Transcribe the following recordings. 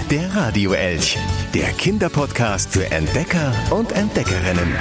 der Radio-Elch. Der Kinderpodcast für Entdecker und Entdeckerinnen.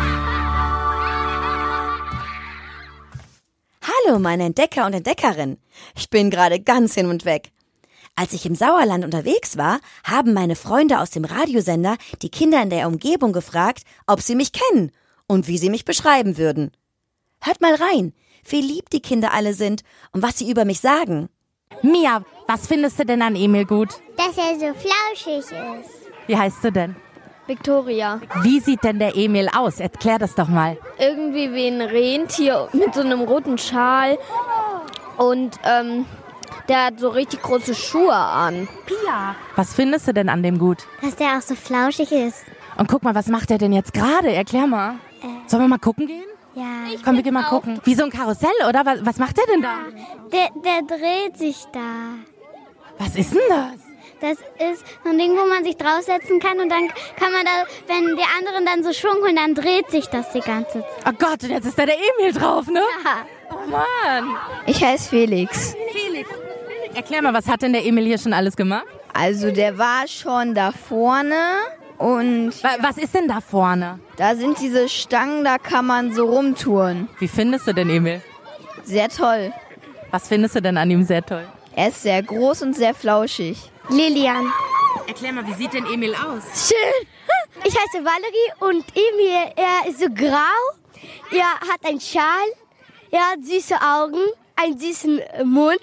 Hallo, meine Entdecker und Entdeckerinnen. Ich bin gerade ganz hin und weg. Als ich im Sauerland unterwegs war, haben meine Freunde aus dem Radiosender die Kinder in der Umgebung gefragt, ob sie mich kennen und wie sie mich beschreiben würden. Hört mal rein, wie lieb die Kinder alle sind und was sie über mich sagen. Mia, was findest du denn an Emil gut? Dass er so flauschig ist. Wie heißt du denn? Victoria. Wie sieht denn der Emil aus? Erklär das doch mal. Irgendwie wie ein Rentier mit so einem roten Schal. Und der hat so richtig große Schuhe an. Pia. Was findest du denn an dem gut? Dass der auch so flauschig ist. Und guck mal, was macht er denn jetzt gerade? Erklär mal. Sollen wir mal gucken gehen? Ja. Komm, wir gehen mal gucken. Wie so ein Karussell, oder? Was macht er denn da? Der dreht sich da. Was ist denn das? Das ist so ein Ding, wo man sich draufsetzen kann und dann kann man da, wenn die anderen dann so Schwung holen, dann dreht sich das die ganze Zeit. Oh Gott, und jetzt ist da der Emil drauf, ne? Ja. Oh Mann. Ich heiße Felix. Felix. Erklär mal, was hat denn der Emil hier schon alles gemacht? Also der war schon da vorne und Was ist denn da vorne? da sind diese Stangen, da kann man so rumtouren. Wie findest du denn Emil? Sehr toll. Was findest du denn an ihm sehr toll? Er ist sehr groß und sehr flauschig. Lilian. Erklär mal, wie sieht denn Emil aus? Schön. Ich heiße Valerie und Emil, er ist so grau. Er hat einen Schal. Er hat süße Augen, einen süßen Mund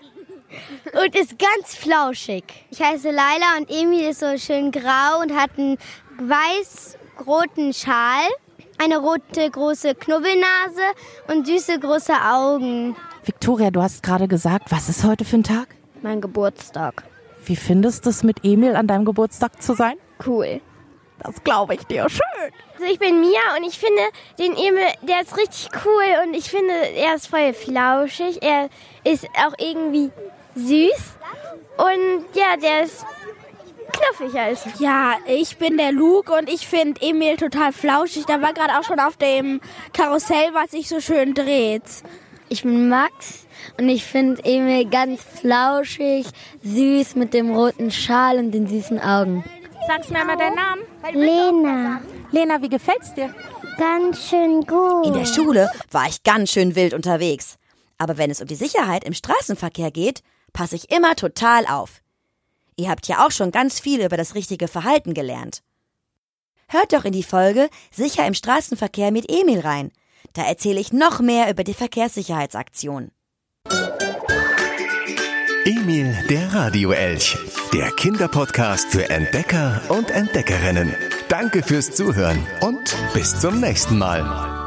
und ist ganz flauschig. Ich heiße Laila und Emil ist so schön grau und hat einen weiß-roten Schal, eine rote große Knubbelnase und süße große Augen. Victoria, du hast gerade gesagt, was ist heute für ein Tag? Mein Geburtstag. Wie findest du es, mit Emil an deinem Geburtstag zu sein? Cool. Das glaube ich dir. Schön. Also ich bin Mia und ich finde den Emil, der ist richtig cool und ich finde, er ist voll flauschig. Er ist auch irgendwie süß und ja, der ist knuffig als. Ja, ich bin der Luke und ich finde Emil total flauschig. Der war gerade auch schon auf dem Karussell, was sich so schön dreht. Ich bin Max und ich finde Emil ganz flauschig, süß mit dem roten Schal und den süßen Augen. Sagst mir mal deinen Namen. Lena, Lena, wie gefällt's dir? ganz schön gut. In der Schule war ich ganz schön wild unterwegs. Aber wenn es um die Sicherheit im Straßenverkehr geht, passe ich immer total auf. Ihr habt ja auch schon ganz viel über das richtige Verhalten gelernt. Hört doch in die Folge Sicher im Straßenverkehr mit Emil rein. Da erzähle ich noch mehr über die Verkehrssicherheitsaktion. Emil, der Radio-Elch. Der Kinderpodcast für Entdecker und Entdeckerinnen. Danke fürs Zuhören und bis zum nächsten Mal.